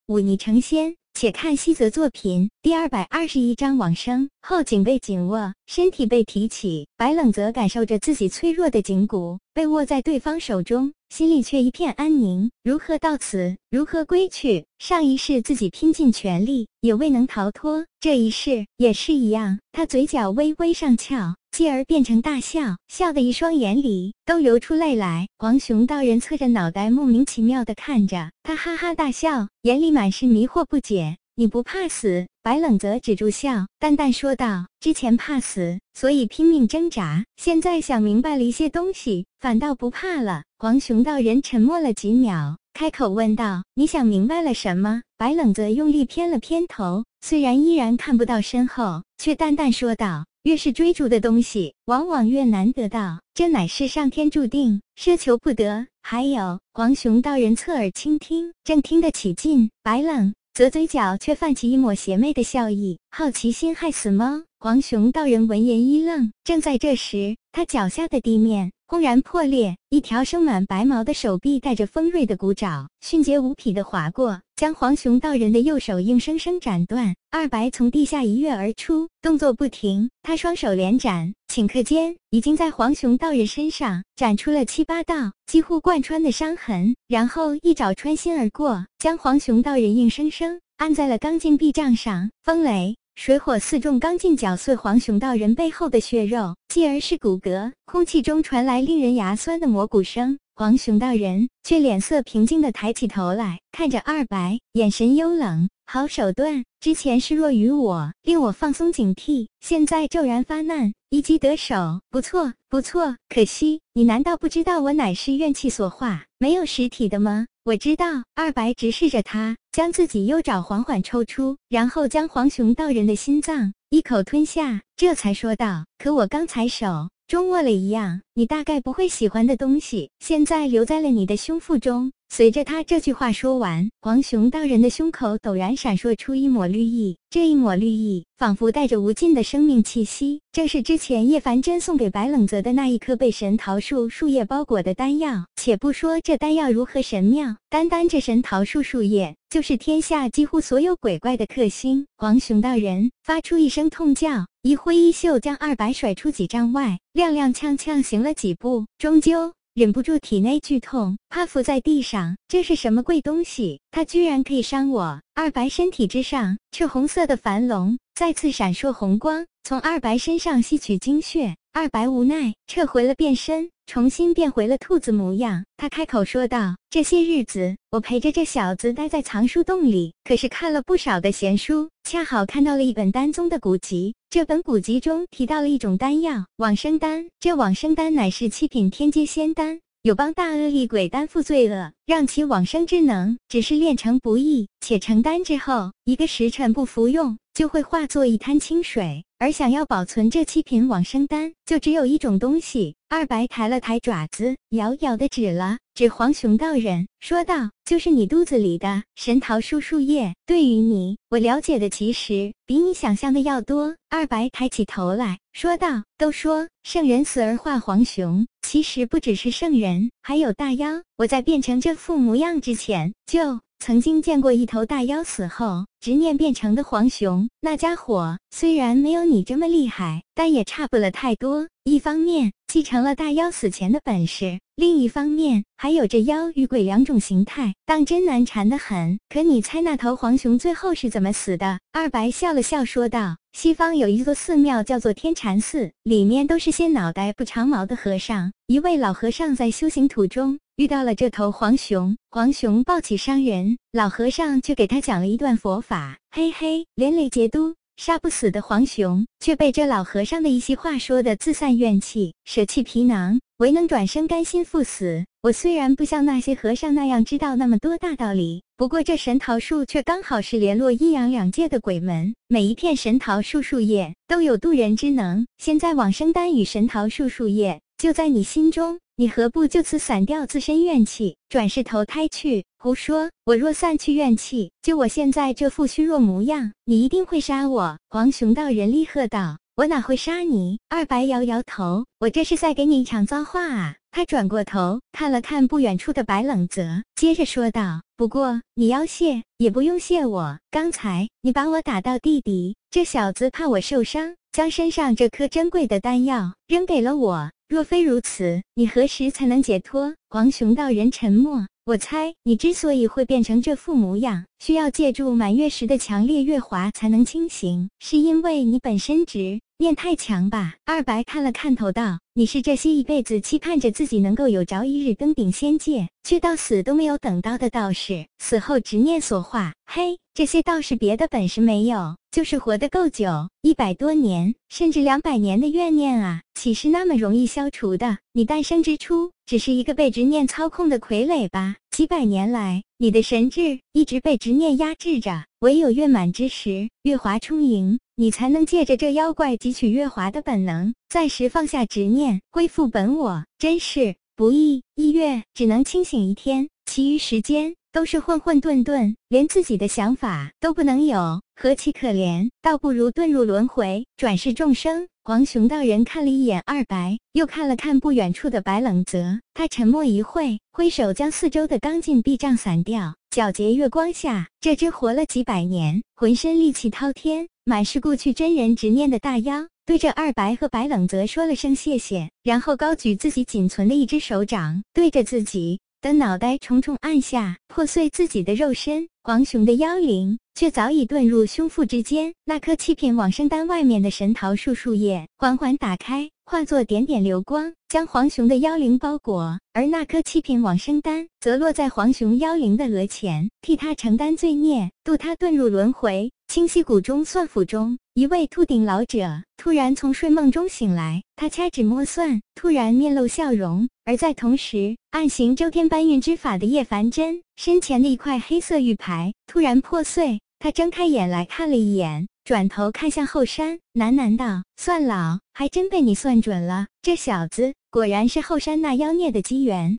忤逆成仙。且看西泽作品第221章往生后，颈被紧握，身体被提起，白冷则感受着自己脆弱的颈骨被握在对方手中，心里却一片安宁。如何到此？如何归去？上一世自己拼尽全力也未能逃脱，这一世也是一样。他嘴角微微上翘，继而变成大笑，笑得一双眼里都流出泪来。黄熊道人侧着脑袋莫名其妙地看着他，哈哈大笑，眼里满是迷惑不解。你不怕死？白冷则止住笑，淡淡说道：之前怕死，所以拼命挣扎，现在想明白了一些东西，反倒不怕了。黄熊道人沉默了几秒，开口问道：你想明白了什么？白冷则用力偏了偏头，虽然依然看不到身后，却淡淡说道：越是追逐的东西，往往越难得到，这乃是上天注定，奢求不得。还有，黄熊道人侧耳倾听，正听得起劲，白冷则嘴角却泛起一抹邪魅的笑意。好奇心害死猫。黄熊道人闻言一愣，正在这时，他脚下的地面轰然破裂，一条生满白毛的手臂带着锋锐的骨爪，迅捷无匹地划过，将黄熊道人的右手硬生生斩断。二白从地下一跃而出，动作不停，他双手连斩，顷刻间已经在黄熊道人身上斩出了7、8道几乎贯穿的伤痕，然后一爪穿心而过，将黄熊道人硬生生按在了钢筋壁障上。风雷水火四重钢筋绞碎黄熊道人背后的血肉，继而是骨骼，空气中传来令人牙酸的磨骨声。黄熊道人却脸色平静地抬起头来，看着二白，眼神幽冷。好手段，之前示弱于我，令我放松警惕，现在骤然发难，一击得手，不错不错。可惜你难道不知道我乃是怨气所化，没有实体的吗？我知道。二白直视着他，将自己右爪缓缓抽出，然后将黄熊道人的心脏一口吞下，这才说道：可我刚才手中握了一样你大概不会喜欢的东西，现在留在了你的胸腹中。随着他这句话说完，黄熊道人的胸口陡然闪烁出一抹绿意，这一抹绿意仿佛带着无尽的生命气息，正是之前叶凡真送给白冷泽的那一颗被神桃树树叶包裹的丹药。且不说这丹药如何神妙，单单这神桃树树叶就是天下几乎所有鬼怪的克星。黄熊道人发出一声痛叫，一挥衣袖将二白甩出几丈外，踉踉跄跄行了几步，终究忍不住体内剧痛，趴伏在地上。这是什么贵东西？它居然可以伤我！二白身体之上，赤红色的凡龙再次闪烁红光，从二白身上吸取精血。二白无奈撤回了变身，重新变回了兔子模样。他开口说道：这些日子我陪着这小子待在藏书洞里，可是看了不少的闲书，恰好看到了一本丹宗的古籍。这本古籍中提到了一种丹药，往生丹。这往生丹乃是7品天阶仙丹，有帮大恶厉鬼担负罪恶，让其往生之能，只是炼成不易，且成丹之后1个时辰不服用，就会化作一滩清水。而想要保存这7品往生丹，就只有一种东西。二白抬了抬爪子，遥遥地指黄熊道人，说道：就是你肚子里的神桃树树叶。对于你，我了解的其实比你想象的要多。二白抬起头来说道：都说圣人死而化黄熊，其实不只是圣人，还有大妖。我在变成这副模样之前，就曾经见过一头大妖死后执念变成的黄熊，那家伙虽然没有你这么厉害，但也差不了太多。一方面继承了大妖死前的本事，另一方面还有着妖与鬼2种形态，当真难缠得很。可你猜那头黄熊最后是怎么死的？二白笑了笑说道：西方有一座寺庙叫做天禅寺，里面都是些脑袋不长毛的和尚。一位老和尚在修行途中遇到了这头黄熊，黄熊暴起伤人，老和尚却给他讲了一段佛法，嘿嘿，连累劫都杀不死的黄熊，却被这老和尚的一席话说的自散怨气，舍弃皮囊，唯能转生甘心赴死。我虽然不像那些和尚那样知道那么多大道理，不过这神桃树却刚好是联络阴阳2界的鬼门，每一片神桃树树叶都有渡人之能。现在往生丹与神桃树树叶就在你心中，你何不就此散掉自身怨气，转世投胎去？胡说！我若散去怨气，就我现在这副虚弱模样，你一定会杀我！黄熊道人厉喝道：我哪会杀你？二白摇摇头，我这是在给你一场造化啊！ 他转过头看了看不远处的白冷泽，接着说道：“不过你要谢也不用谢我，刚才你把我打到地底，这小子怕我受伤，将身上这颗珍贵的丹药扔给了我。若非如此，你何时才能解脱？”黄熊道人沉默。我猜你之所以会变成这副模样，需要借助满月时的强烈月华才能清醒，是因为你本身执念太强吧？二白看了看头道：“你是这些一辈子期盼着自己能够有朝一日登顶仙界，却到死都没有等到的道士，死后执念所化。嘿，这些道士别的本事没有，就是活得够久，100多年甚至200年的怨念啊，岂是那么容易消除的？你诞生之初只是一个被执念操控的傀儡吧？几百年来，你的神智一直被执念压制着，唯有月满之时，月华充盈，你才能借着这妖怪汲取月华的本能，暂时放下执念，恢复本我。真是不易，1月只能清醒1天，其余时间都是混混沌沌，连自己的想法都不能有，何其可怜！倒不如遁入轮回，转世众生。黄熊道人看了一眼二白，又看了看不远处的白冷泽，他沉默一会，挥手将四周的刚劲壁障散掉。皎洁月光下，这只活了几百年，浑身力气滔天，满是故去真人执念的大妖，对着二白和白冷泽说了声谢谢，然后高举自己仅存的一只手掌，对着自己的脑袋重重按下，破碎自己的肉身。黄熊的妖灵却早已遁入胸腹之间，那颗7品往生丹外面的神桃树树叶缓缓打开，化作点点流光，将黄熊的妖灵包裹，而那颗7品往生丹则落在黄熊妖灵的额前，替他承担罪孽，渡他遁入轮回。清溪谷中算府中，一位秃顶老者突然从睡梦中醒来，他掐指摸算，突然面露笑容。而在同时，暗行周天搬运之法的叶凡真身前的一块黑色玉牌突然破碎，他睁开眼来看了一眼，转头看向后山，喃喃道：“算老，还真被你算准了，这小子果然是后山那妖孽的机缘。”